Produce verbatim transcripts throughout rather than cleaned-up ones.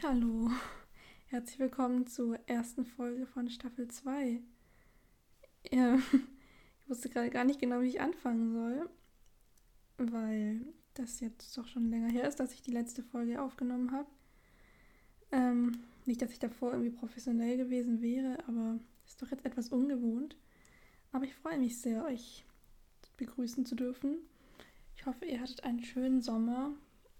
Hallo, herzlich willkommen zur ersten Folge von Staffel zwei. Ja, ich wusste gerade gar nicht genau, wie ich anfangen soll, weil das jetzt doch schon länger her ist, dass ich die letzte Folge aufgenommen habe. Ähm, nicht, dass ich davor irgendwie professionell gewesen wäre, aber es ist doch jetzt etwas ungewohnt. Aber ich freue mich sehr, euch begrüßen zu dürfen. Ich hoffe, ihr hattet einen schönen Sommer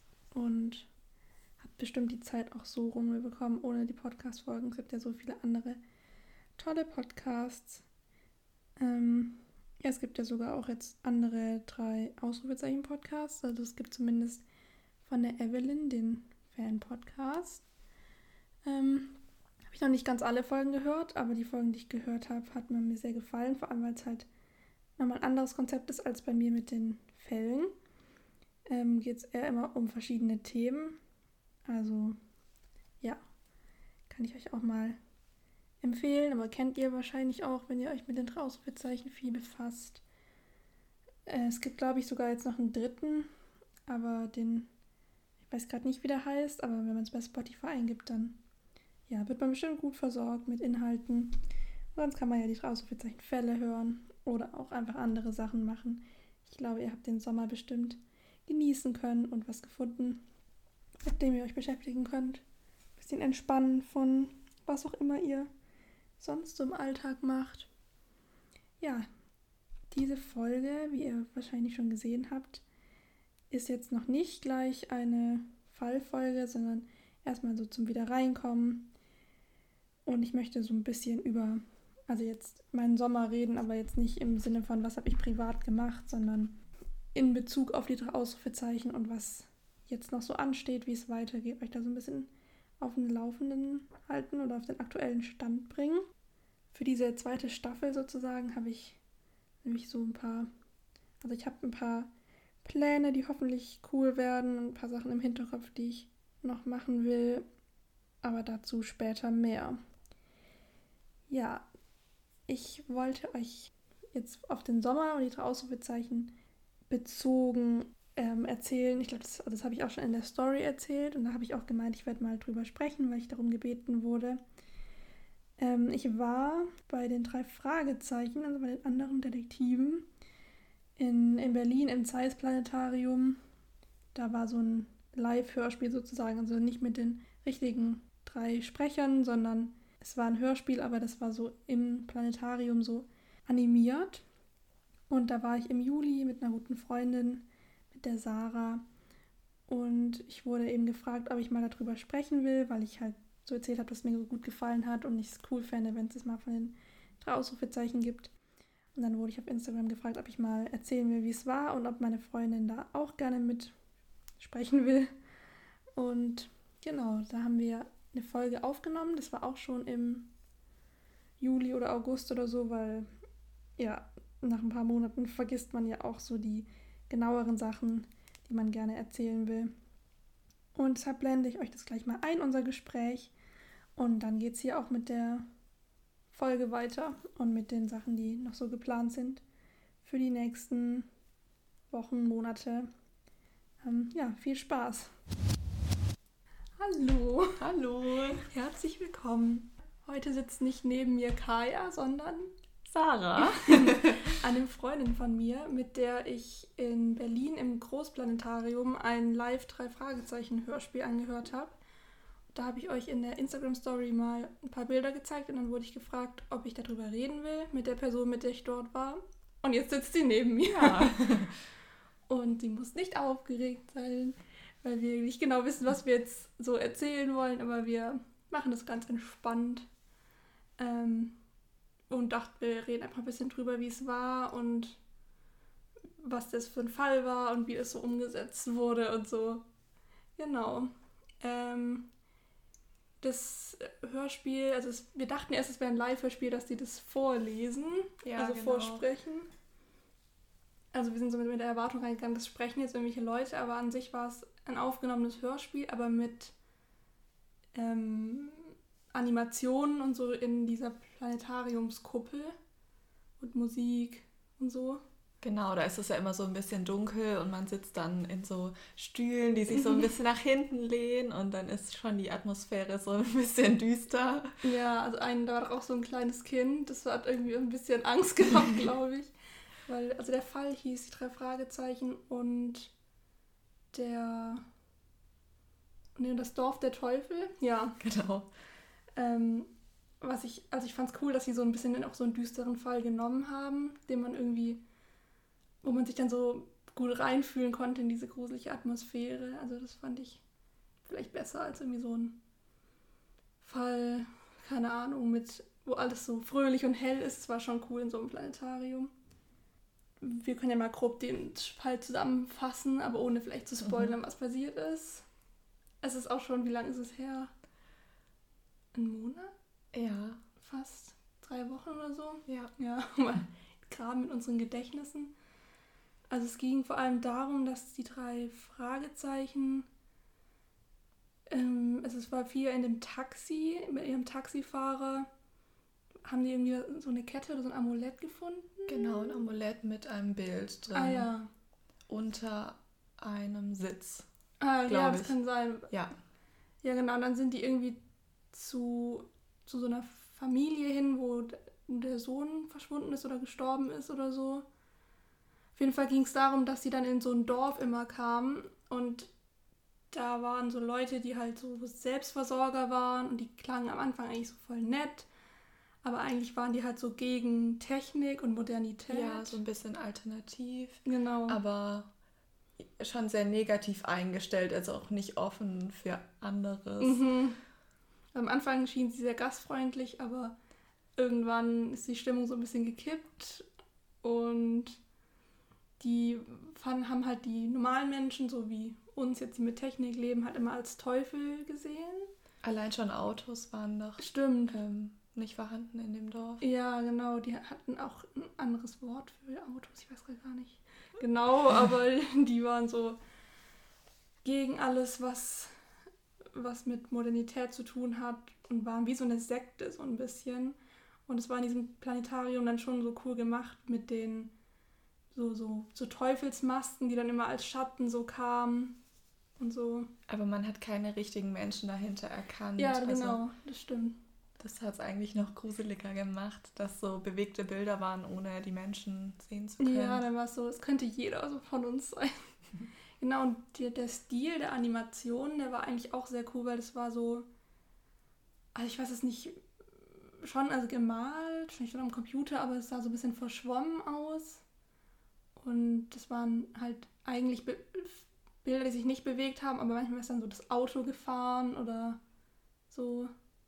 und habt bestimmt die Zeit auch so rumbekommen ohne die Podcast-Folgen. Es gibt ja so viele andere tolle Podcasts. Ähm, ja, es gibt ja sogar auch jetzt andere drei Ausrufezeichen-Podcasts. Also es gibt zumindest von der Evelyn den Fan-Podcast. Ähm, habe ich noch nicht ganz alle Folgen gehört, aber die Folgen, die ich gehört habe, hat mir sehr gefallen. Vor allem, weil es halt nochmal ein anderes Konzept ist als bei mir mit den Fällen. Ähm, geht es eher immer um verschiedene Themen. Also, ja, kann ich euch auch mal empfehlen, aber kennt ihr wahrscheinlich auch, wenn ihr euch mit den Ausrufezeichen viel befasst. Äh, es gibt, glaube ich, sogar jetzt noch einen dritten, aber den, ich weiß gerade nicht, wie der heißt, aber wenn man es bei Spotify eingibt, dann ja, wird man bestimmt gut versorgt mit Inhalten. Sonst kann man ja die Ausrufezeichen Fälle hören oder auch einfach andere Sachen machen. Ich glaube, ihr habt den Sommer bestimmt genießen können und was gefunden, mit dem ihr euch beschäftigen könnt. Ein bisschen entspannen von was auch immer ihr sonst so im Alltag macht. Ja, diese Folge, wie ihr wahrscheinlich schon gesehen habt, ist jetzt noch nicht gleich eine Fallfolge, sondern erstmal so zum Wiederreinkommen. Und ich möchte so ein bisschen über, also jetzt meinen Sommer reden, aber jetzt nicht im Sinne von, was habe ich privat gemacht, sondern in Bezug auf die drei Ausrufezeichen und was jetzt noch so ansteht, wie es weitergeht, euch da so ein bisschen auf den Laufenden halten oder auf den aktuellen Stand bringen. Für diese zweite Staffel sozusagen habe ich nämlich so ein paar, also ich habe ein paar Pläne, die hoffentlich cool werden und ein paar Sachen im Hinterkopf, die ich noch machen will, aber dazu später mehr. Ja, ich wollte euch jetzt auf den Sommer und die drei Ausrufezeichen bezogen ähm, erzählen. Ich glaube, das, also das habe ich auch schon in der Story erzählt und da habe ich auch gemeint, ich werde mal drüber sprechen, weil ich darum gebeten wurde. Ähm, ich war bei den drei Fragezeichen, also bei den anderen Detektiven, in, in Berlin im Zeiss Planetarium. Da war so ein Live-Hörspiel sozusagen, also nicht mit den richtigen drei Sprechern, sondern es war ein Hörspiel, aber das war so im Planetarium so animiert. Und da war ich im Juli mit einer guten Freundin, mit der Sarah. Und ich wurde eben gefragt, ob ich mal darüber sprechen will, weil ich halt so erzählt habe, dass es mir so gut gefallen hat und ich es cool fände, wenn es es mal von den drei Ausrufezeichen gibt. Und dann wurde ich auf Instagram gefragt, ob ich mal erzählen will, wie es war und ob meine Freundin da auch gerne mit sprechen will. Und genau, da haben wir eine Folge aufgenommen. Das war auch schon im Juli oder August oder so, weil ja, nach ein paar Monaten vergisst man ja auch so die genaueren Sachen, die man gerne erzählen will. Und deshalb blende ich euch das gleich mal ein, unser Gespräch. Und dann geht es hier auch mit der Folge weiter und mit den Sachen, die noch so geplant sind für die nächsten Wochen, Monate. Ähm, ja, viel Spaß. Hallo. Hallo. Herzlich willkommen. Heute sitzt nicht neben mir Kaya, sondern Sarah. eine Freundin von mir, mit der ich in Berlin im Großplanetarium ein Live-drei-Fragezeichen-Hörspiel angehört habe. Da habe ich euch in der Instagram-Story mal ein paar Bilder gezeigt und dann wurde ich gefragt, ob ich darüber reden will mit der Person, mit der ich dort war. Und jetzt sitzt sie neben mir. Ja. Und sie muss nicht aufgeregt sein, weil wir nicht genau wissen, was wir jetzt so erzählen wollen, aber wir machen das ganz entspannt. Ähm, und dachten, wir reden einfach ein bisschen drüber, wie es war und was das für ein Fall war und wie das so umgesetzt wurde und so. Genau. Ähm, das Hörspiel, also es, wir dachten erst, es wäre ein Live-Hörspiel, dass die das vorlesen, Ja, also genau. vorsprechen. Also wir sind so mit der Erwartung reingegangen, das sprechen jetzt irgendwelche Leute, aber an sich war es ein aufgenommenes Hörspiel, aber mit ähm, Animationen und so in dieser Planetariumskuppel und Musik und so. Genau, da ist es ja immer so ein bisschen dunkel und man sitzt dann in so Stühlen, die sich so ein bisschen nach hinten lehnen und dann ist schon die Atmosphäre so ein bisschen düster. Ja, also ein, da war doch auch so ein kleines Kind, das hat irgendwie ein bisschen Angst gehabt, glaube ich. Weil, also der Fall hieß die drei Fragezeichen und der, nee, das Dorf der Teufel, ja. Genau. Ähm, was ich, also ich fand's cool, dass sie so ein bisschen auch so einen düsteren Fall genommen haben, den man irgendwie, wo man sich dann so gut reinfühlen konnte in diese gruselige Atmosphäre. Also das fand ich vielleicht besser als irgendwie so ein Fall, keine Ahnung, mit, wo alles so fröhlich und hell ist. Es war schon cool in so einem Planetarium. Wir können ja mal grob den Fall zusammenfassen, aber ohne vielleicht zu spoilern, mhm. was passiert ist. Es ist auch schon, wie lange ist es her? Ein Monat? Ja. Fast drei Wochen oder so? Ja. Ja, mal gerade mit unseren Gedächtnissen. Also es ging vor allem darum, dass die drei Fragezeichen, ähm, also es war viel in dem Taxi, mit ihrem Taxifahrer, haben die irgendwie so eine Kette oder so ein Amulett gefunden? Genau, ein Amulett mit einem Bild drin. Ah ja. Unter einem Sitz. Ah ja, das ich. kann sein. Ja. Ja genau, und dann sind die irgendwie zu, zu so einer Familie hin, wo der Sohn verschwunden ist oder gestorben ist oder so. Auf jeden Fall ging es darum, dass sie dann in so ein Dorf immer kamen und da waren so Leute, die halt so Selbstversorger waren und die klangen am Anfang eigentlich so voll nett, aber eigentlich waren die halt so gegen Technik und Modernität. Ja, so ein bisschen alternativ. Genau. Aber schon sehr negativ eingestellt, also auch nicht offen für anderes. Mhm. Am Anfang schien sie sehr gastfreundlich, aber irgendwann ist die Stimmung so ein bisschen gekippt und die fanden, haben halt die normalen Menschen, so wie uns jetzt, die mit Technik leben, halt immer als Teufel gesehen. Allein schon Autos waren doch Stimmt. Ähm, nicht vorhanden in dem Dorf. Ja, genau, die hatten auch ein anderes Wort für Autos, ich weiß gar nicht genau, aber die waren so gegen alles, was, was mit Modernität zu tun hat und waren wie so eine Sekte so ein bisschen. Und es war in diesem Planetarium dann schon so cool gemacht mit den so, so, so Teufelsmasken, die dann immer als Schatten so kamen und so. Aber man hat keine richtigen Menschen dahinter erkannt. Ja, genau, also, das stimmt. Das hat es eigentlich noch gruseliger gemacht, dass so bewegte Bilder waren, ohne die Menschen sehen zu können. Ja, dann war es so, es könnte jeder so von uns sein. Genau, und die, der Stil der Animation, der war eigentlich auch sehr cool, weil das war so, also ich weiß es nicht, schon also gemalt, schon am Computer, aber es sah so ein bisschen verschwommen aus. Und das waren halt eigentlich Be- Bilder, die sich nicht bewegt haben, aber manchmal ist dann so das Auto gefahren oder so.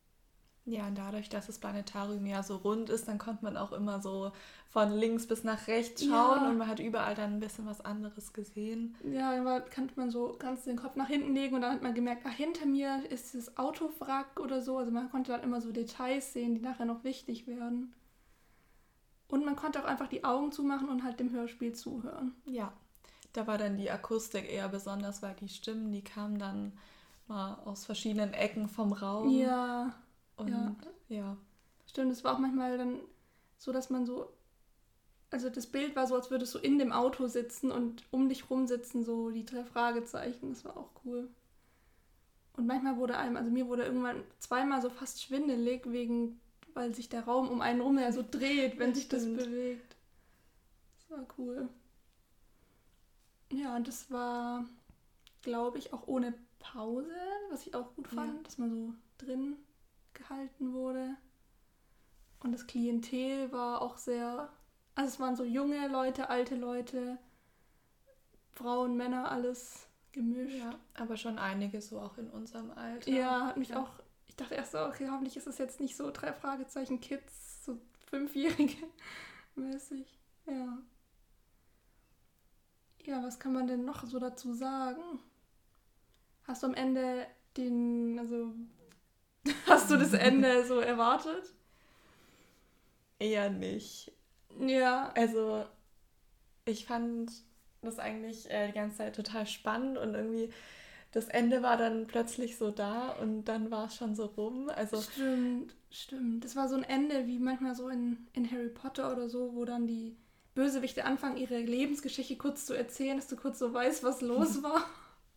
Ja, und dadurch, dass das Planetarium ja so rund ist, dann konnte man auch immer so von links bis nach rechts schauen ja. Und man hat überall dann ein bisschen was anderes gesehen. Ja, dann konnte man so ganz den Kopf nach hinten legen und dann hat man gemerkt, ach, hinter mir ist das Autowrack oder so. Also man konnte dann immer so Details sehen, die nachher noch wichtig werden. Und man konnte auch einfach die Augen zumachen und halt dem Hörspiel zuhören. Ja, da war dann die Akustik eher besonders, weil die Stimmen, die kamen dann mal aus verschiedenen Ecken vom Raum. Ja. Und ja. ja. Stimmt, es war auch manchmal dann so, dass man so, also das Bild war so, als würdest du in dem Auto sitzen und um dich rum sitzen so die drei Fragezeichen. Das war auch cool. Und manchmal wurde einem, also mir wurde irgendwann zweimal so fast schwindelig, wegen, weil sich der Raum um einen rum ja so dreht, wenn sich das bewegt. Das war cool. Ja, und das war, glaube ich, auch ohne Pause, was ich auch gut fand, ja. Dass man so drin gehalten wurde. Und das Klientel war auch sehr, also es waren so junge Leute, alte Leute, Frauen, Männer, alles gemischt. Ja, aber schon einige so auch in unserem Alter. Ja, hat mich ja. auch, ich dachte erst so, okay, hoffentlich ist es jetzt nicht so drei Fragezeichen Kids, so Fünfjährige mäßig. Ja. Ja, was kann man denn noch so dazu sagen? Hast du am Ende den, also hast du das Ende so erwartet? Eher nicht. Ja. Also ich fand das eigentlich äh, die ganze Zeit total spannend und irgendwie das Ende war dann plötzlich so da und dann war es schon so rum. Also stimmt, stimmt. Das war so ein Ende wie manchmal so in, in Harry Potter oder so, wo dann die Bösewichte anfangen, ihre Lebensgeschichte kurz zu erzählen, dass du kurz so weißt, was los war.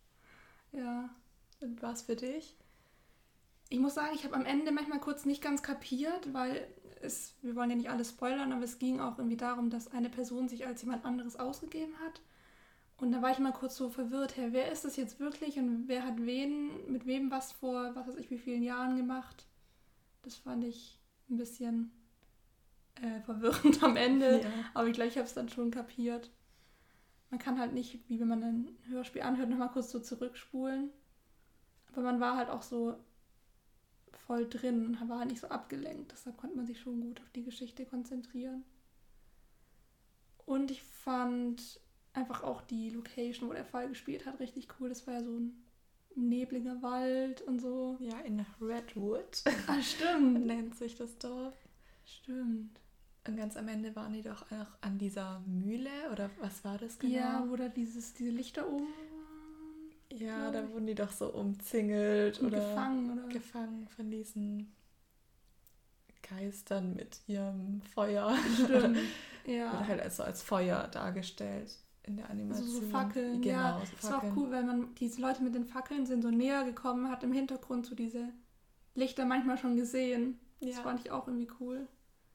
Ja. Und was für dich? Ich muss sagen, ich habe am Ende manchmal kurz nicht ganz kapiert, weil es, wir wollen ja nicht alles spoilern, aber es ging auch irgendwie darum, dass eine Person sich als jemand anderes ausgegeben hat. Und da war ich mal kurz so verwirrt, hey, wer ist das jetzt wirklich und wer hat wen, mit wem was vor, was weiß ich, wie vielen Jahren gemacht. Das fand ich ein bisschen äh, verwirrend am Ende, ja. Aber ich glaube, ich habe es dann schon kapiert. Man kann halt nicht, wie wenn man ein Hörspiel anhört, nochmal kurz so zurückspulen. Aber man war halt auch so voll drin, war halt nicht so abgelenkt. Deshalb konnte man sich schon gut auf die Geschichte konzentrieren. Und ich fand einfach auch die Location, wo der Fall gespielt hat, richtig cool. Das war ja so ein nebliger Wald und so. Ja, in Redwood. Ah, stimmt. Nennt sich das Dorf. Stimmt. Und ganz am Ende waren die doch auch an dieser Mühle, oder was war das genau? Ja, wo da dieses, diese Lichter oben waren. Ja, da wurden die doch so umzingelt und oder gefangen, oder? gefangen von diesen Geistern mit ihrem Feuer. Stimmt, ja. Oder halt also als Feuer dargestellt in der Animation. Also so Fackeln, genau, ja. So das war auch cool, weil man diese Leute mit den Fackeln sind so näher gekommen, hat im Hintergrund so diese Lichter manchmal schon gesehen. Das ja. fand ich auch irgendwie cool.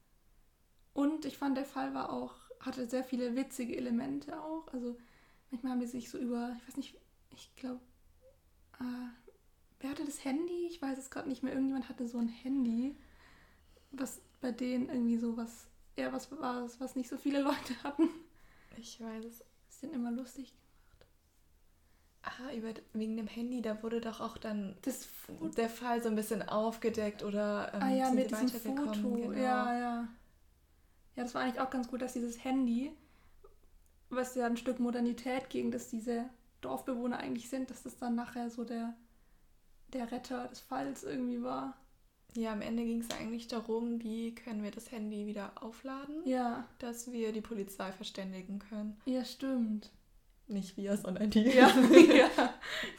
Und ich fand, der Fall war auch, hatte sehr viele witzige Elemente auch. Also manchmal haben die sich so über, ich weiß nicht, ich glaube, äh, wer hatte das Handy? Ich weiß es gerade nicht mehr. Irgendjemand hatte so ein Handy, was bei denen irgendwie so was, eher was war, was nicht so viele Leute hatten. Ich weiß es. Das sind immer lustig gemacht. Ah, über, wegen dem Handy, da wurde doch auch dann das der Fall so ein bisschen aufgedeckt oder ähm, ah ja, sind mit sie diesem Foto. Genau. Ja, ja. Ja, das war eigentlich auch ganz gut, dass dieses Handy, was ja ein Stück Modernität gegen das diese Dorfbewohner eigentlich sind, dass das dann nachher so der, der Retter des Falls irgendwie war. Ja, am Ende ging es eigentlich darum, wie können wir das Handy wieder aufladen, ja. dass wir die Polizei verständigen können. Ja, stimmt. Nicht wir, sondern die. Ja, ja.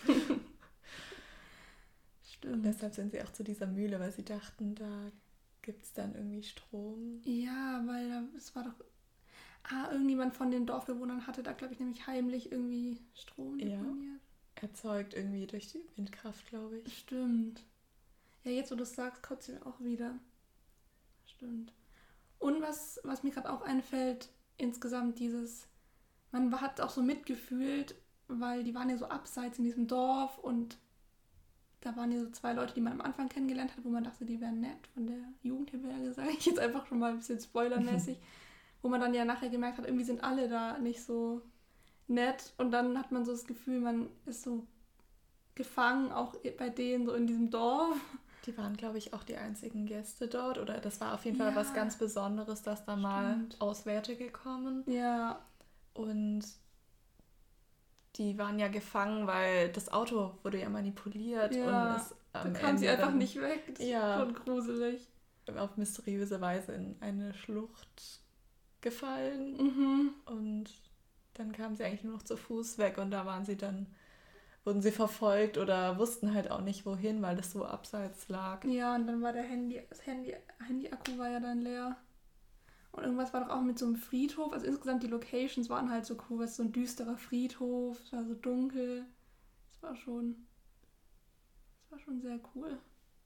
Stimmt. Und deshalb sind sie auch zu dieser Mühle, weil sie dachten, da gibt es dann irgendwie Strom. Ja, weil es war doch... Ah, irgendjemand von den Dorfbewohnern hatte da, glaube ich, nämlich heimlich irgendwie Strom deponiert. Ja, erzeugt irgendwie durch die Windkraft, glaube ich. Stimmt. Ja, jetzt, wo du es sagst, kommt sie mir auch wieder. Stimmt. Und was, was mir gerade auch einfällt, insgesamt dieses... Man hat auch so mitgefühlt, weil die waren ja so abseits in diesem Dorf und da waren ja so zwei Leute, die man am Anfang kennengelernt hat, wo man dachte, die wären nett von der Jugendherberge, sage ich jetzt einfach schon mal ein bisschen spoilermäßig, wo man dann ja nachher gemerkt hat, irgendwie sind alle da nicht so nett und dann hat man so das Gefühl, man ist so gefangen, auch bei denen so in diesem Dorf. Die waren, glaube ich, auch die einzigen Gäste dort oder das war auf jeden ja. Fall was ganz Besonderes, dass da Stimmt. mal Auswärtige kommen. Ja. Und die waren ja gefangen, weil das Auto wurde ja manipuliert ja, und es am da kam Ende sie einfach dann, nicht weg. Das ja, ist schon gruselig. Auf mysteriöse Weise in eine Schlucht gefallen. Mhm. Und dann kamen sie eigentlich nur noch zu Fuß weg und da waren sie dann, wurden sie verfolgt oder wussten halt auch nicht wohin, weil das so abseits lag. Ja, und dann war der Handy, das Handy, Handy-Akku war ja dann leer. Und irgendwas war doch auch mit so einem Friedhof. Also insgesamt die Locations waren halt so cool. Es ist so ein düsterer Friedhof, es war so dunkel. Es war schon, es war schon sehr cool.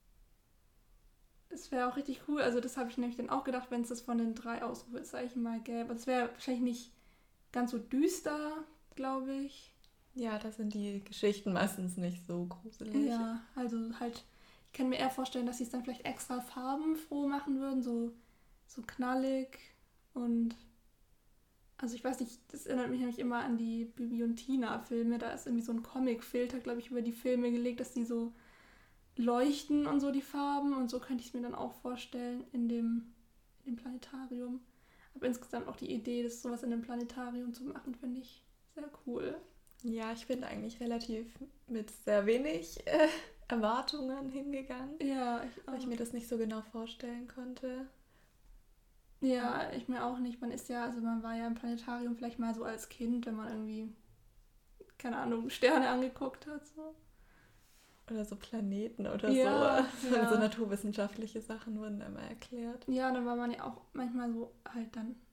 Es wäre auch richtig cool, also das habe ich nämlich dann auch gedacht, wenn es das von den drei Ausrufezeichen mal gäbe. Es wäre wahrscheinlich nicht ganz so düster, glaube ich. Ja, da sind die Geschichten meistens nicht so gruselig. Ja, also halt, ich kann mir eher vorstellen, dass sie es dann vielleicht extra farbenfroh machen würden, so so knallig und also ich weiß nicht, das erinnert mich nämlich immer an die Bibi und Tina-Filme, da ist irgendwie so ein Comic-Filter, glaube ich, über die Filme gelegt, dass die so leuchten und so die Farben und so könnte ich es mir dann auch vorstellen in dem, in dem Planetarium. Aber insgesamt auch die Idee, das sowas in einem Planetarium zu machen, finde ich sehr cool. Ja, ich bin eigentlich relativ mit sehr wenig äh, Erwartungen hingegangen, ja, ich auch. Weil ich mir das nicht so genau vorstellen konnte. Ja, ich mir auch nicht. Man ist ja, also man war ja im Planetarium vielleicht mal so als Kind, wenn man irgendwie, keine Ahnung, Sterne angeguckt hat. So. Oder so Planeten oder ja, so. Ja. So naturwissenschaftliche Sachen wurden immer erklärt. Ja, dann war man ja auch manchmal so halt dann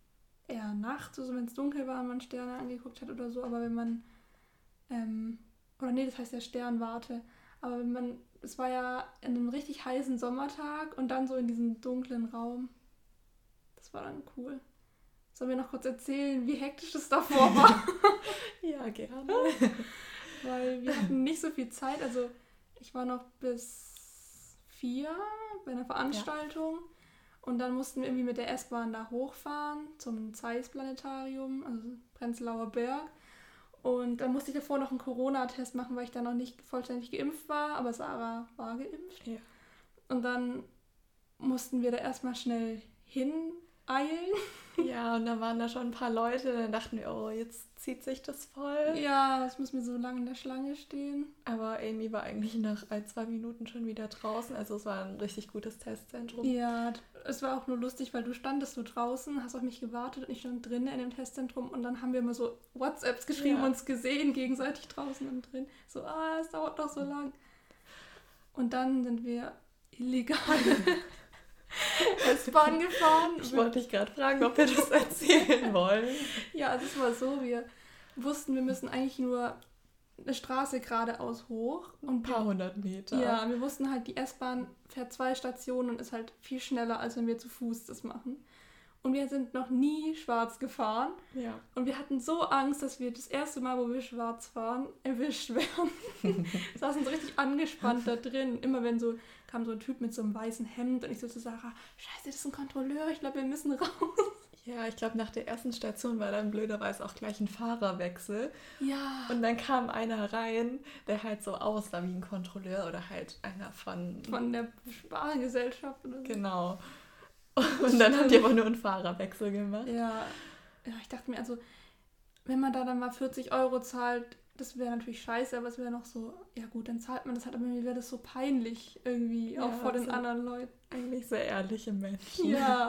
eher nachts, also wenn es dunkel war und man Sterne angeguckt hat oder so, aber wenn man, ähm, oder nee, das heißt ja Sternwarte, aber wenn man, es war ja in einem richtig heißen Sommertag und dann so in diesem dunklen Raum, das war dann cool. Sollen wir noch kurz erzählen, wie hektisch das davor war? Ja, gerne. Weil wir hatten nicht so viel Zeit, also ich war noch bis vier bei einer Veranstaltung. Ja. Und dann mussten wir irgendwie mit der S-Bahn da hochfahren zum Zeiss-Planetarium, also Prenzlauer Berg. Und dann musste ich davor noch einen Corona-Test machen, weil ich da noch nicht vollständig geimpft war, aber Sarah war geimpft. Ja. Und dann mussten wir da erstmal schnell hineilen. Ja, und dann waren da schon ein paar Leute, dann dachten wir, oh, jetzt zieht sich das voll. Ja, jetzt müssen wir so lange in der Schlange stehen. Aber Amy war eigentlich nach ein, zwei Minuten schon wieder draußen, also es war ein richtig gutes Testzentrum. Ja, es war auch nur lustig, weil du standest so draußen, hast auf mich gewartet und ich stand drinnen in dem Testzentrum und dann haben wir immer so WhatsApps geschrieben, ja. uns gesehen, gegenseitig draußen und drin. So, ah, es dauert doch so lang. Und dann sind wir illegal S-Bahn gefahren. Ich wollte dich gerade fragen, ob wir das erzählen wollen. Ja, also es war so, wir wussten, wir müssen eigentlich nur eine Straße geradeaus hoch. Und ein paar hundert Meter. Ja, wir wussten halt, die S-Bahn fährt zwei Stationen und ist halt viel schneller, als wenn wir zu Fuß das machen. Und wir sind noch nie schwarz gefahren. Ja. Und wir hatten so Angst, dass wir das erste Mal, wo wir schwarz fahren, erwischt werden. Wir saßen so richtig angespannt da drin. Immer wenn so kam so ein Typ mit so einem weißen Hemd und ich so zu Sarah, scheiße, das ist ein Kontrolleur, ich glaube, wir müssen raus. Ja, ich glaube, nach der ersten Station war dann blöderweise auch gleich ein Fahrerwechsel. Ja. Und dann kam einer rein, der halt so aussah wie ein Kontrolleur oder halt einer von... Von der Spargesellschaft oder so. Genau. Und dann haben die aber nur einen Fahrerwechsel gemacht. Ja. Ja, ich dachte mir, also, wenn man da dann mal vierzig Euro zahlt, das wäre natürlich scheiße, aber es wäre noch so, ja gut, dann zahlt man das halt, aber mir wäre das so peinlich irgendwie, ja, auch vor den anderen Leuten. Eigentlich sehr ehrliche Menschen. Ja.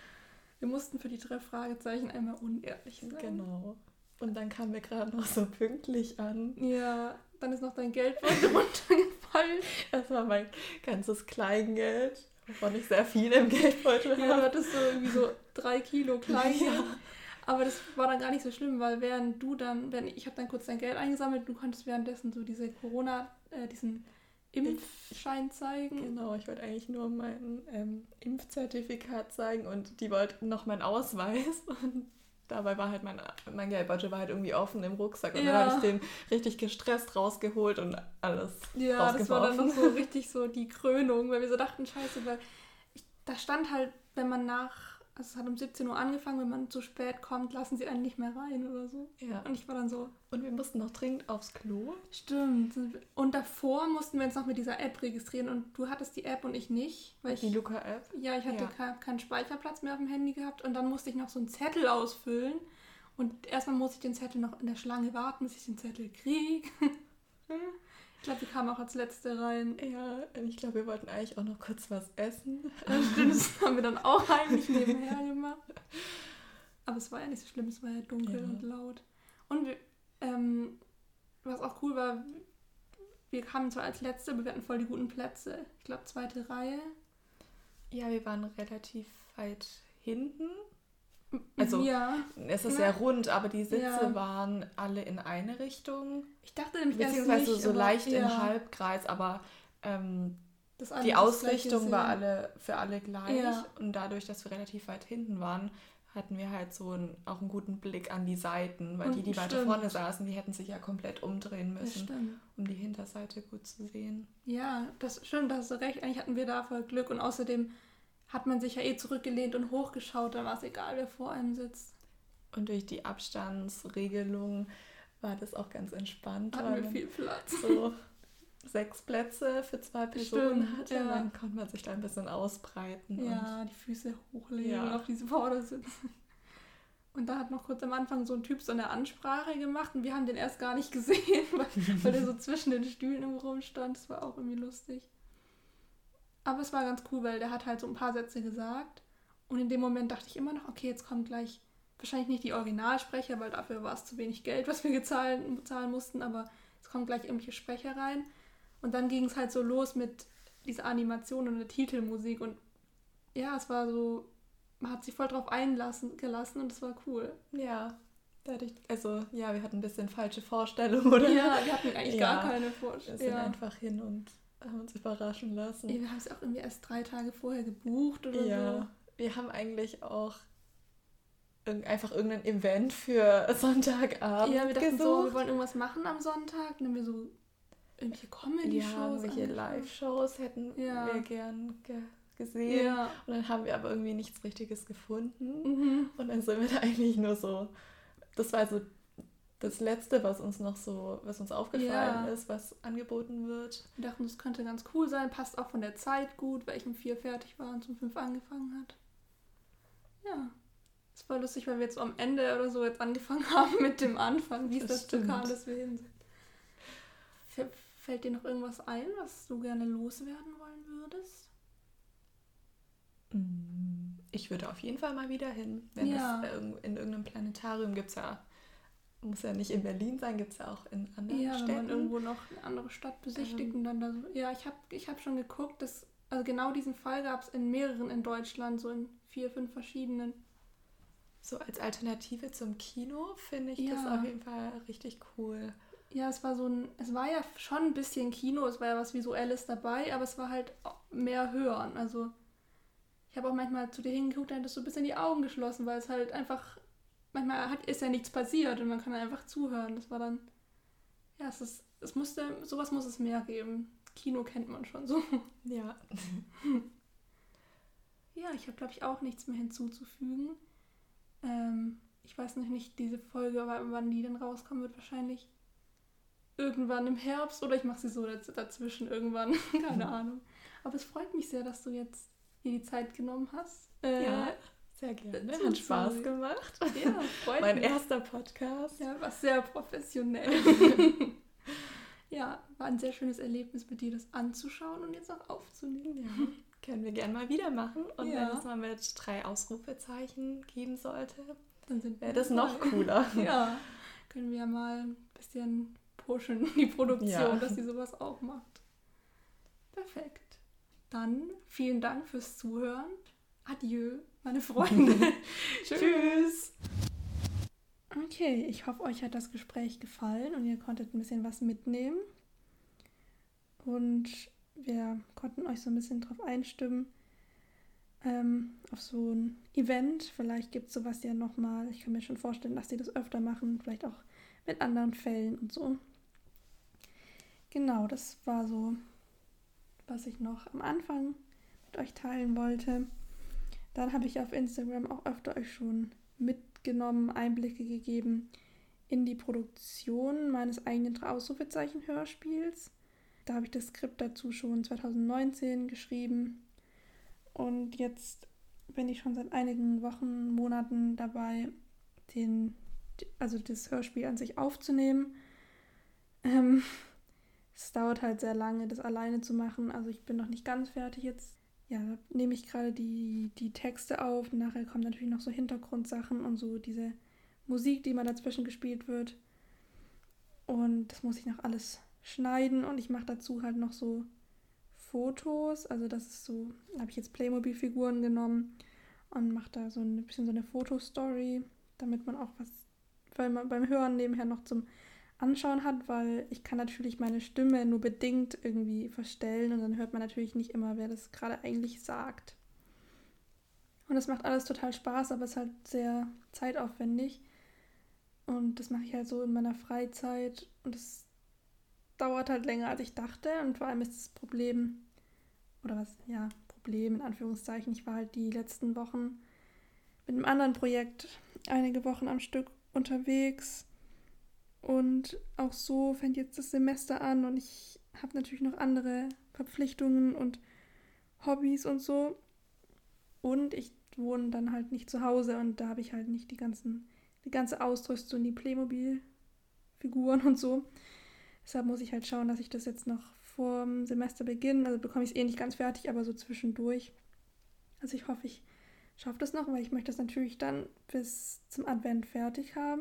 Wir mussten für die drei Fragezeichen einmal unehrlich sein. Genau. Und dann kamen wir gerade noch so pünktlich an. Ja, dann ist noch dein Geldbeutel runtergefallen. Das war mein ganzes Kleingeld, wovon ich sehr viel im Geldbeutel habe. Ja, du hattest so irgendwie so drei Kilo Kleingeld. Ja. Aber das war dann gar nicht so schlimm, weil während du dann, während ich habe dann kurz dein Geld eingesammelt, du konntest währenddessen so diese Corona, äh, diesen Impfschein zeigen. Genau, ich wollte eigentlich nur mein ähm, Impfzertifikat zeigen und die wollten noch meinen Ausweis und dabei war halt mein, mein Geldbeutel war halt irgendwie offen im Rucksack und ja. dann habe ich den richtig gestresst rausgeholt und alles ja, rausgeworfen. Das war dann noch so richtig so die Krönung, weil wir so dachten, scheiße, weil ich, da stand halt, wenn man nach, also es hat um siebzehn Uhr angefangen, wenn man zu spät kommt, lassen sie einen nicht mehr rein oder so. Ja. Und ich war dann so... Und wir mussten noch dringend aufs Klo. Stimmt. Und davor mussten wir uns noch mit dieser App registrieren und du hattest die App und ich nicht. Weil die Luca-App? Ja, ich hatte ja. keinen Speicherplatz mehr auf dem Handy gehabt und dann musste ich noch so einen Zettel ausfüllen und erstmal musste ich den Zettel noch in der Schlange warten, bis ich den Zettel kriege. Ich glaube, wir kamen auch als Letzte rein. Ja, ich glaube, wir wollten eigentlich auch noch kurz was essen. Ja, stimmt, das haben wir dann auch eigentlich nebenher gemacht. Aber es war ja nicht so schlimm, es war ja dunkel ja. und laut. Und wir, ähm, was auch cool war, wir kamen zwar als Letzte, aber wir hatten voll die guten Plätze. Ich glaube, zweite Reihe. Ja, wir waren relativ weit hinten. Also, ja. es ist ja rund, aber die Sitze ja. waren alle in eine Richtung. Ich dachte nämlich beziehungsweise erst nicht, so aber, leicht ja. im Halbkreis, aber ähm, das die Ausrichtung war alle für alle gleich. Ja. Und dadurch, dass wir relativ weit hinten waren, hatten wir halt so einen, auch einen guten Blick an die Seiten, weil und die, die weiter stimmt. vorne saßen, die hätten sich ja komplett umdrehen müssen, um die Hinterseite gut zu sehen. Ja, das stimmt, da hast du recht. Eigentlich hatten wir da voll Glück und außerdem hat man sich ja eh zurückgelehnt und hochgeschaut, dann war es egal, wer vor einem sitzt. Und durch die Abstandsregelung war das auch ganz entspannt. Hatten wir viel Platz. So sechs Plätze für zwei Personen hatte, ja. Dann konnte man sich da ein bisschen ausbreiten. Ja, und die Füße hochlegen ja. und auf diese Vordersitz. Und da hat noch kurz am Anfang so ein Typ so eine Ansprache gemacht und wir haben den erst gar nicht gesehen, weil, weil der so zwischen den Stühlen im Raum stand. Das war auch irgendwie lustig. Aber es war ganz cool, weil der hat halt so ein paar Sätze gesagt und in dem Moment dachte ich immer noch, okay, jetzt kommt gleich wahrscheinlich nicht die Originalsprecher, weil dafür war es zu wenig Geld, was wir gezahlen, bezahlen mussten, aber es kommen gleich irgendwelche Sprecher rein. Und dann ging es halt so los mit dieser Animation und der Titelmusik und ja, es war so man hat sich voll drauf einlassen gelassen und das war cool. Ja, dadurch, also ja, wir hatten ein bisschen falsche Vorstellungen, oder? Ja, wir hatten eigentlich ja, gar keine Vorstellung. Wir sind ja. einfach hin und haben uns überraschen lassen. Ja, wir haben es auch irgendwie erst drei Tage vorher gebucht oder ja, so. Wir haben eigentlich auch irg- einfach irgendein Event für Sonntagabend Ja, wir dachten gesucht. so, wir wollen irgendwas machen am Sonntag. Dann haben wir so irgendwelche Comedy-Shows. Ja, irgendwelche Live-Shows hätten ja. wir gern ge- gesehen. Ja. Und dann haben wir aber irgendwie nichts Richtiges gefunden. Mhm. Und dann sind wir da eigentlich nur so, das war so das Letzte, was uns noch so, was uns aufgefallen ja. ist, was angeboten wird. Wir dachten, das könnte ganz cool sein, passt auch von der Zeit gut, weil ich um vier fertig war und um fünf angefangen hat. Ja. Es war lustig, weil wir jetzt so am Ende oder so jetzt angefangen haben mit dem Anfang, wie es das dazu kam, dass wir hin sind. F- fällt dir noch irgendwas ein, was du gerne loswerden wollen würdest? Ich würde auf jeden Fall mal wieder hin. Wenn ja. es in irgendeinem Planetarium gibt es ja, muss ja nicht in Berlin sein, gibt es ja auch in anderen ja, Städten. Ja, wenn man irgendwo noch eine andere Stadt besichtigt ähm. und dann da so. Ja, ich habe ich hab schon geguckt, dass, also genau diesen Fall gab es in mehreren in Deutschland, so in vier, fünf verschiedenen. So als Alternative zum Kino finde ich ja. das auf jeden Fall richtig cool. Ja, es war so ein, es war ja schon ein bisschen Kino, es war ja was Visuelles dabei, aber es war halt mehr Hören. Also ich habe auch manchmal zu dir hingeguckt, da hattest du so ein bisschen die Augen geschlossen, weil es halt einfach, manchmal hat, ist ja nichts passiert und man kann einfach zuhören. Das war dann, ja, es ist, es musste, sowas muss es mehr geben. Kino kennt man schon so. Ja. Ja, ich habe, glaube ich, auch nichts mehr hinzuzufügen. Ähm, ich weiß noch nicht, diese Folge, wann die dann rauskommen wird, wahrscheinlich irgendwann im Herbst oder ich mache sie so dazwischen irgendwann, keine Ahnung. Aber es freut mich sehr, dass du jetzt dir die Zeit genommen hast. Äh, ja, sehr gerne. Hat Spaß gemacht. Ja, freut mein mich. Mein erster Podcast. Ja, war sehr professionell. Ja, war ein sehr schönes Erlebnis mit dir, das anzuschauen und jetzt auch aufzunehmen. Ja, können wir gerne mal wieder machen. Und ja. wenn es mal mit drei Ausrufezeichen geben sollte, dann wäre das noch cooler. Ja, können wir ja mal ein bisschen pushen, die Produktion, ja. dass sie sowas auch macht. Perfekt. Dann vielen Dank fürs Zuhören. Adieu, meine Freunde. Tschüss. Okay, ich hoffe, euch hat das Gespräch gefallen und ihr konntet ein bisschen was mitnehmen. Und wir konnten euch so ein bisschen drauf einstimmen, ähm, auf so ein Event. Vielleicht gibt es sowas ja nochmal. Ich kann mir schon vorstellen, dass sie das öfter machen, vielleicht auch mit anderen Fällen und so. Genau, das war so, was ich noch am Anfang mit euch teilen wollte. Dann habe ich auf Instagram auch öfter euch schon mitgenommen, Einblicke gegeben in die Produktion meines eigenen Ausrufezeichen-Hörspiels. Da habe ich das Skript dazu schon zwanzig neunzehn geschrieben. Und jetzt bin ich schon seit einigen Wochen, Monaten dabei, den, also das Hörspiel an sich aufzunehmen. Ähm, es dauert halt sehr lange, das alleine zu machen. Also ich bin noch nicht ganz fertig jetzt. Ja, da nehme ich gerade die, die Texte auf. Und nachher kommen natürlich noch so Hintergrundsachen und so diese Musik, die immer dazwischen gespielt wird. Und das muss ich noch alles schneiden. Und ich mache dazu halt noch so Fotos. Also das ist so, da habe ich jetzt Playmobil-Figuren genommen und mache da so ein bisschen so eine Fotostory, damit man auch was, weil man beim Hören nebenher noch zum Anschauen hat, weil ich kann natürlich meine Stimme nur bedingt irgendwie verstellen und dann hört man natürlich nicht immer, wer das gerade eigentlich sagt. Und das macht alles total Spaß, aber es ist halt sehr zeitaufwendig und das mache ich halt so in meiner Freizeit und das dauert halt länger, als ich dachte und vor allem ist das Problem, oder was, ja, Problem in Anführungszeichen, ich war halt die letzten Wochen mit einem anderen Projekt einige Wochen am Stück unterwegs. Und auch so fängt jetzt das Semester an und ich habe natürlich noch andere Verpflichtungen und Hobbys und so. Und ich wohne dann halt nicht zu Hause und da habe ich halt nicht die ganzen, die ganze Ausrüstung, die Playmobil-Figuren und so. Deshalb muss ich halt schauen, dass ich das jetzt noch vor dem Semesterbeginn, also bekomme ich es eh nicht ganz fertig, aber so zwischendurch. Also ich hoffe, ich schaffe das noch, weil ich möchte das natürlich dann bis zum Advent fertig haben.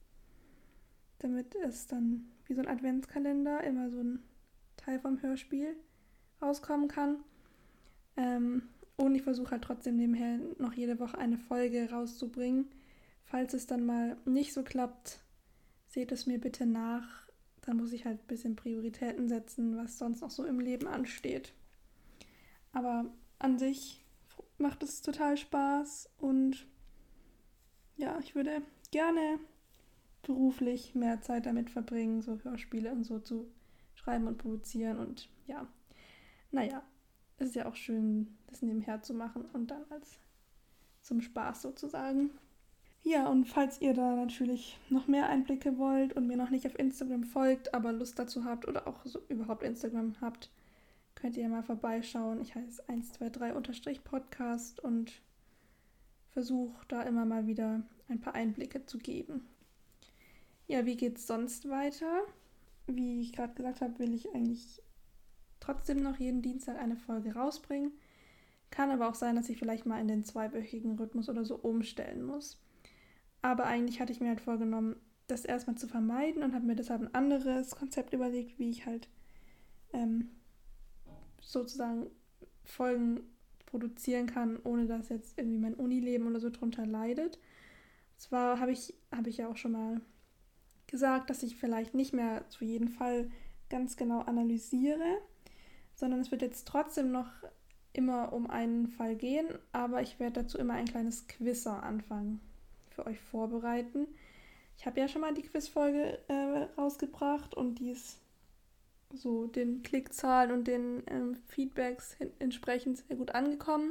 Damit es dann wie so ein Adventskalender immer so ein Teil vom Hörspiel rauskommen kann. Ähm, Und ich versuche halt trotzdem nebenher noch jede Woche eine Folge rauszubringen. Falls es dann mal nicht so klappt, seht es mir bitte nach. Dann muss ich halt ein bisschen Prioritäten setzen, was sonst noch so im Leben ansteht. Aber an sich macht es total Spaß und ja, ich würde gerne beruflich mehr Zeit damit verbringen, so Hörspiele und so zu schreiben und produzieren und ja, naja, es ist ja auch schön, das nebenher zu machen und dann als zum Spaß sozusagen. Ja, und falls ihr da natürlich noch mehr Einblicke wollt und mir noch nicht auf Instagram folgt, aber Lust dazu habt oder auch so überhaupt Instagram habt, könnt ihr mal vorbeischauen. Ich heiße eins zwei drei Podcast und versuche da immer mal wieder ein paar Einblicke zu geben. Ja, wie geht's sonst weiter? Wie ich gerade gesagt habe, will ich eigentlich trotzdem noch jeden Dienstag eine Folge rausbringen. Kann aber auch sein, dass ich vielleicht mal in den zweiwöchigen Rhythmus oder so umstellen muss. Aber eigentlich hatte ich mir halt vorgenommen, das erstmal zu vermeiden und habe mir deshalb ein anderes Konzept überlegt, wie ich halt ähm, sozusagen Folgen produzieren kann, ohne dass jetzt irgendwie mein Unileben oder so drunter leidet. Zwar habe ich, habe ich ja auch schon mal gesagt, dass ich vielleicht nicht mehr zu jedem Fall ganz genau analysiere, sondern es wird jetzt trotzdem noch immer um einen Fall gehen, aber ich werde dazu immer ein kleines Quiz am Anfang für euch vorbereiten. Ich habe ja schon mal die Quizfolge äh, rausgebracht und die ist so den Klickzahlen und den ähm, Feedbacks hin- entsprechend sehr gut angekommen.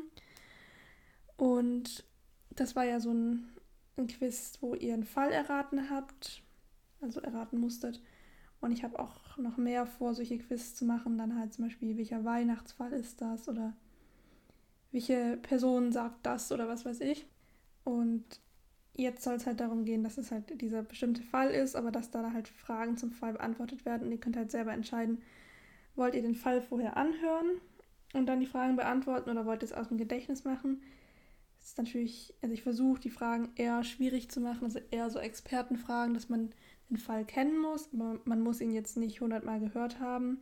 Und das war ja so ein, ein Quiz, wo ihr einen Fall erraten habt, also erraten musstet. Und ich habe auch noch mehr vor, solche Quiz zu machen. Dann halt zum Beispiel, welcher Weihnachtsfall ist das oder welche Person sagt das oder was weiß ich. Und jetzt soll es halt darum gehen, dass es halt dieser bestimmte Fall ist, aber dass da halt Fragen zum Fall beantwortet werden. Und ihr könnt halt selber entscheiden, wollt ihr den Fall vorher anhören und dann die Fragen beantworten oder wollt ihr es aus dem Gedächtnis machen? Das ist natürlich, also ich versuche die Fragen eher schwierig zu machen, also eher so Expertenfragen, dass man den Fall kennen muss, aber man muss ihn jetzt nicht hundertmal gehört haben.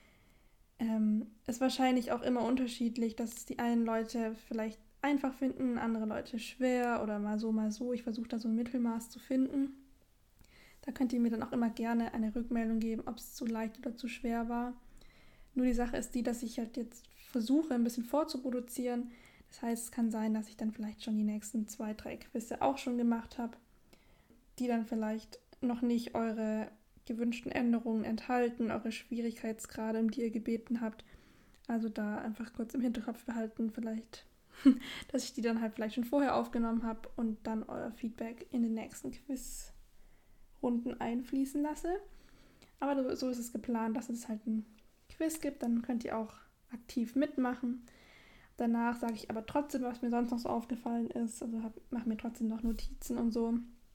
Ähm, ist wahrscheinlich auch immer unterschiedlich, dass die einen Leute vielleicht einfach finden, andere Leute schwer oder mal so, mal so. Ich versuche da so ein Mittelmaß zu finden. Da könnt ihr mir dann auch immer gerne eine Rückmeldung geben, ob es zu leicht oder zu schwer war. Nur die Sache ist die, dass ich halt jetzt versuche, ein bisschen vorzuproduzieren. Das heißt, es kann sein, dass ich dann vielleicht schon die nächsten zwei, drei Quizze auch schon gemacht habe, die dann vielleicht noch nicht eure gewünschten Änderungen enthalten, eure Schwierigkeitsgrade, um die ihr gebeten habt. Also da einfach kurz im Hinterkopf behalten, vielleicht, dass ich die dann halt vielleicht schon vorher aufgenommen habe und dann euer Feedback in den nächsten Quizrunden einfließen lasse. Aber so ist es geplant, dass es halt ein Quiz gibt, dann könnt ihr auch aktiv mitmachen. Danach sage ich aber trotzdem, was mir sonst noch so aufgefallen ist. Also mache mir trotzdem noch Notizen und so.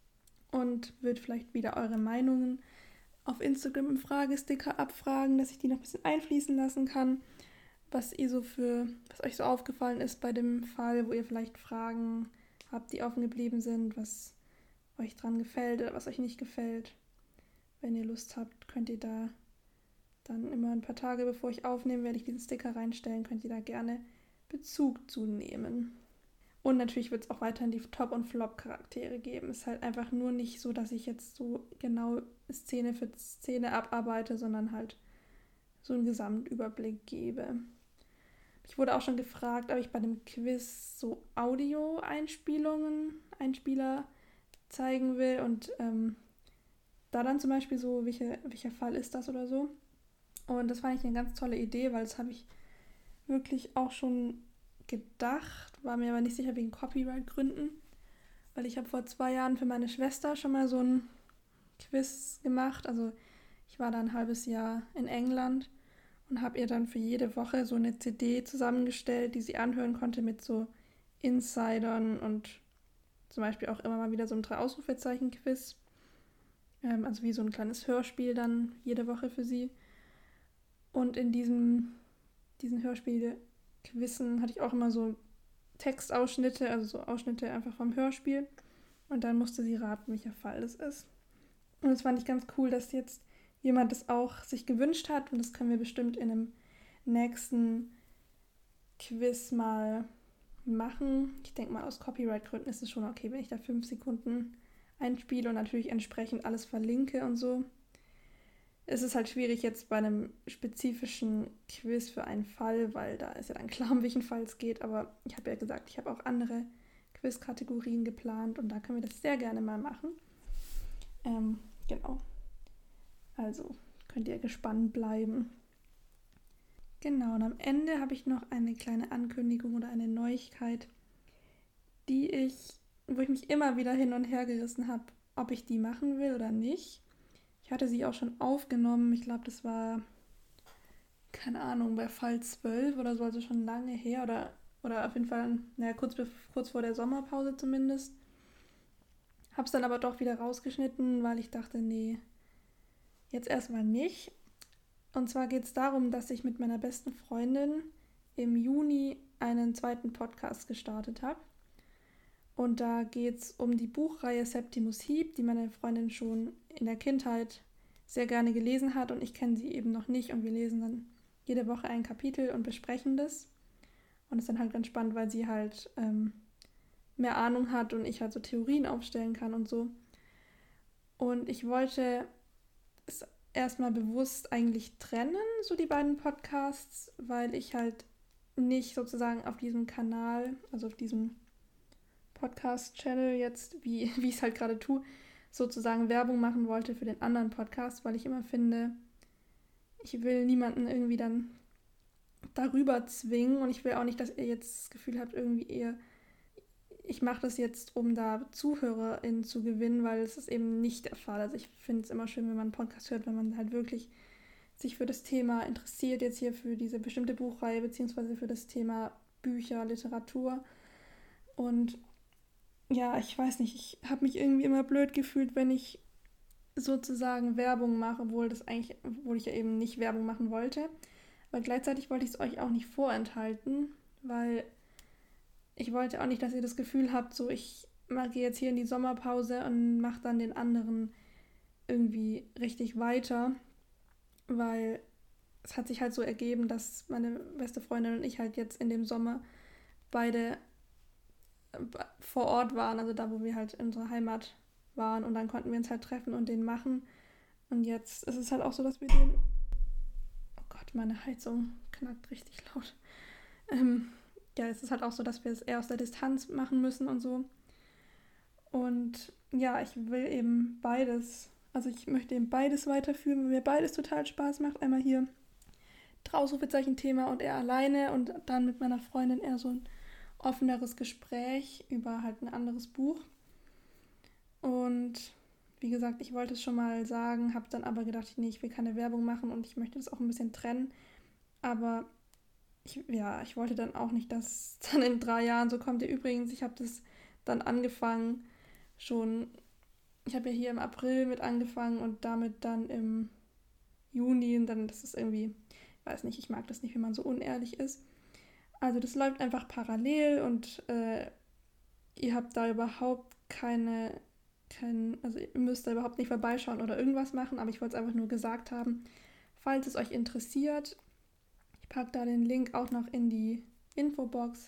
Und würde vielleicht wieder eure Meinungen auf Instagram im Fragesticker abfragen, dass ich die noch ein bisschen einfließen lassen kann. Was ihr so für, was euch so aufgefallen ist bei dem Fall, wo ihr vielleicht Fragen habt, die offen geblieben sind, was euch dran gefällt oder was euch nicht gefällt. Wenn ihr Lust habt, könnt ihr da dann immer ein paar Tage, bevor ich aufnehme, werde ich diesen Sticker reinstellen, könnt ihr da gerne Bezug zu nehmen. Und natürlich wird es auch weiterhin die Top- und Flop-Charaktere geben. Es ist halt einfach nur nicht so, dass ich jetzt so genau Szene für Szene abarbeite, sondern halt so einen Gesamtüberblick gebe. Ich wurde auch schon gefragt, ob ich bei dem Quiz so Audio-Einspielungen, Einspieler zeigen will und ähm, da dann zum Beispiel so, welche, welcher Fall ist das oder so. Und das fand ich eine ganz tolle Idee, weil das habe ich wirklich auch schon gedacht, war mir aber nicht sicher wegen Copyright-Gründen, weil ich habe vor zwei Jahren für meine Schwester schon mal so ein Quiz gemacht. Also ich war da ein halbes Jahr in England und habe ihr dann für jede Woche so eine C D zusammengestellt, die sie anhören konnte mit so Insidern und zum Beispiel auch immer mal wieder so ein Drei-Ausrufezeichen-Quiz. Ähm, also wie so ein kleines Hörspiel dann jede Woche für sie. Und in diesem, diesen Hörspiel-Quizzen hatte ich auch immer so Textausschnitte, also so Ausschnitte einfach vom Hörspiel. Und dann musste sie raten, welcher Fall das ist. Und das fand ich ganz cool, dass jetzt jemand das auch sich gewünscht hat. Und das können wir bestimmt in einem nächsten Quiz mal machen. Ich denke mal, aus Copyright-Gründen ist es schon okay, wenn ich da fünf Sekunden einspiele und natürlich entsprechend alles verlinke und so. Es ist halt schwierig jetzt bei einem spezifischen Quiz für einen Fall, weil da ist ja dann klar, um welchen Fall es geht. Aber ich habe ja gesagt, ich habe auch andere Quiz-Kategorien geplant und da können wir das sehr gerne mal machen. Ähm, genau. Also könnt ihr gespannt bleiben. Genau, und am Ende habe ich noch eine kleine Ankündigung oder eine Neuigkeit, die ich, wo ich mich immer wieder hin und her gerissen habe, ob ich die machen will oder nicht. Ich hatte sie auch schon aufgenommen, ich glaube, das war, keine Ahnung, bei Fall zwölf oder so, also schon lange her oder, oder auf jeden Fall, naja, kurz, kurz vor der Sommerpause zumindest. Hab's dann aber doch wieder rausgeschnitten, weil ich dachte, nee, jetzt erstmal nicht. Und zwar geht es darum, dass ich mit meiner besten Freundin im Juni einen zweiten Podcast gestartet habe. Und da geht es um die Buchreihe Septimus Heap, die meine Freundin schon in der Kindheit sehr gerne gelesen hat und ich kenne sie eben noch nicht. Und wir lesen dann jede Woche ein Kapitel und besprechen das. Und es ist dann halt ganz spannend, weil sie halt ähm, mehr Ahnung hat und ich halt so Theorien aufstellen kann und so. Und ich wollte es erstmal bewusst eigentlich trennen, so die beiden Podcasts, weil ich halt nicht sozusagen auf diesem Kanal, also auf diesem Podcast-Channel jetzt, wie, wie ich es halt gerade tue, sozusagen Werbung machen wollte für den anderen Podcast, weil ich immer finde, ich will niemanden irgendwie dann darüber zwingen und ich will auch nicht, dass ihr jetzt das Gefühl habt, irgendwie ihr, ich mache das jetzt, um da ZuhörerInnen zu gewinnen, weil es ist eben nicht der Fall. Also ich finde es immer schön, wenn man einen Podcast hört, wenn man halt wirklich sich für das Thema interessiert, jetzt hier für diese bestimmte Buchreihe, beziehungsweise für das Thema Bücher, Literatur. Und ja, ich weiß nicht, ich habe mich irgendwie immer blöd gefühlt, wenn ich sozusagen Werbung mache, obwohl das eigentlich, obwohl ich ja eben nicht Werbung machen wollte. Aber gleichzeitig wollte ich es euch auch nicht vorenthalten, weil ich wollte auch nicht, dass ihr das Gefühl habt, so ich gehe jetzt hier in die Sommerpause und mache dann den anderen irgendwie richtig weiter, weil es hat sich halt so ergeben, dass meine beste Freundin und ich halt jetzt in dem Sommer beide vor Ort waren, also da, wo wir halt in unserer Heimat waren und dann konnten wir uns halt treffen und den machen und jetzt ist es halt auch so, dass wir den, oh Gott, meine Heizung knackt richtig laut, ähm, ja, es ist halt auch so, dass wir es eher aus der Distanz machen müssen und so und ja, ich will eben beides, also ich möchte eben beides weiterführen, weil mir beides total Spaß macht, einmal hier Ausrufezeichen-Thema und er alleine und dann mit meiner Freundin eher so ein offeneres Gespräch über halt ein anderes Buch. Und wie gesagt, ich wollte es schon mal sagen, habe dann aber gedacht, nee, ich will keine Werbung machen und ich möchte das auch ein bisschen trennen. Aber ich, ja, ich wollte dann auch nicht, dass dann in drei Jahren so kommt. Ja, übrigens, ich habe das dann angefangen, schon, ich habe ja hier im April mit angefangen und damit dann im Juni und dann, das ist irgendwie, ich weiß nicht, ich mag das nicht, wenn man so unehrlich ist. Also das läuft einfach parallel und äh, ihr habt da überhaupt keine, kein, also ihr müsst da überhaupt nicht vorbeischauen oder irgendwas machen, aber ich wollte es einfach nur gesagt haben, falls es euch interessiert, ich packe da den Link auch noch in die Infobox.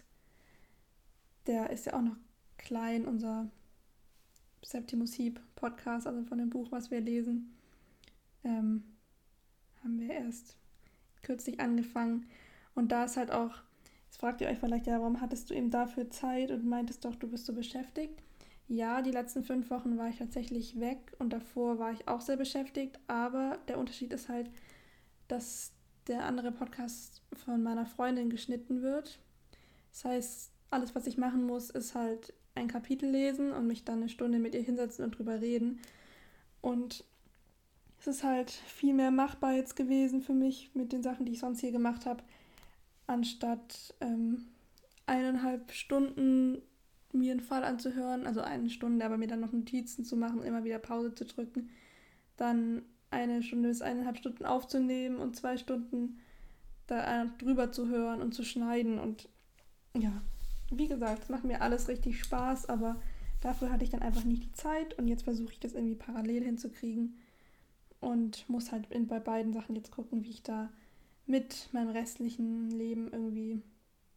Der ist ja auch noch klein, unser Septimus Heap Podcast, also von dem Buch, was wir lesen, ähm, haben wir erst kürzlich angefangen und da ist halt auch, jetzt fragt ihr euch vielleicht, ja, warum hattest du eben dafür Zeit und meintest doch, du bist so beschäftigt. Ja, die letzten fünf Wochen war ich tatsächlich weg und davor war ich auch sehr beschäftigt, aber der Unterschied ist halt, dass der andere Podcast von meiner Freundin geschnitten wird. Das heißt, alles, was ich machen muss, ist halt ein Kapitel lesen und mich dann eine Stunde mit ihr hinsetzen und drüber reden. Und es ist halt viel mehr machbar jetzt gewesen für mich mit den Sachen, die ich sonst hier gemacht habe, anstatt ähm, eineinhalb Stunden mir einen Fall anzuhören, also eine Stunde, aber mir dann noch Notizen zu machen, immer wieder Pause zu drücken, dann eine Stunde bis eineinhalb Stunden aufzunehmen und zwei Stunden da drüber zu hören und zu schneiden und ja, wie gesagt, es macht mir alles richtig Spaß, aber dafür hatte ich dann einfach nicht die Zeit und jetzt versuche ich das irgendwie parallel hinzukriegen und muss halt in, bei beiden Sachen jetzt gucken, wie ich da mit meinem restlichen Leben irgendwie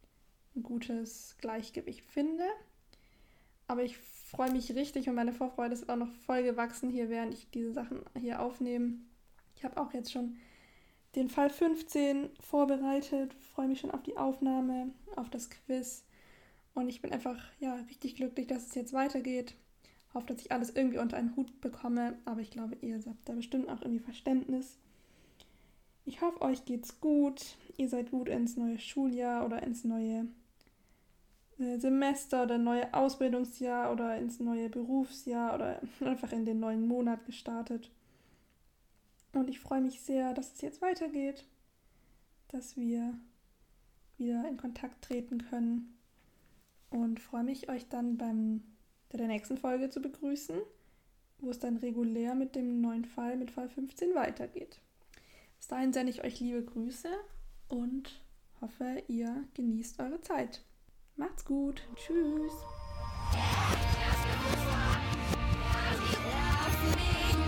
ein gutes Gleichgewicht finde. Aber ich freue mich richtig und meine Vorfreude ist auch noch voll gewachsen hier, während ich diese Sachen hier aufnehme. Ich habe auch jetzt schon den Fall fünfzehn vorbereitet, freue mich schon auf die Aufnahme, auf das Quiz. Und ich bin einfach ja richtig glücklich, dass es jetzt weitergeht. Hoffe, dass ich alles irgendwie unter einen Hut bekomme, aber ich glaube, ihr habt da bestimmt auch irgendwie Verständnis. Ich hoffe, euch geht's gut. Ihr seid gut ins neue Schuljahr oder ins neue äh, Semester oder neue Ausbildungsjahr oder ins neue Berufsjahr oder einfach in den neuen Monat gestartet. Und ich freue mich sehr, dass es jetzt weitergeht, dass wir wieder in Kontakt treten können und freue mich, euch dann beim der nächsten Folge zu begrüßen, wo es dann regulär mit dem neuen Fall, mit Fall fünfzehn weitergeht. Bis dahin sende ich euch liebe Grüße und hoffe, ihr genießt eure Zeit. Macht's gut. Tschüss.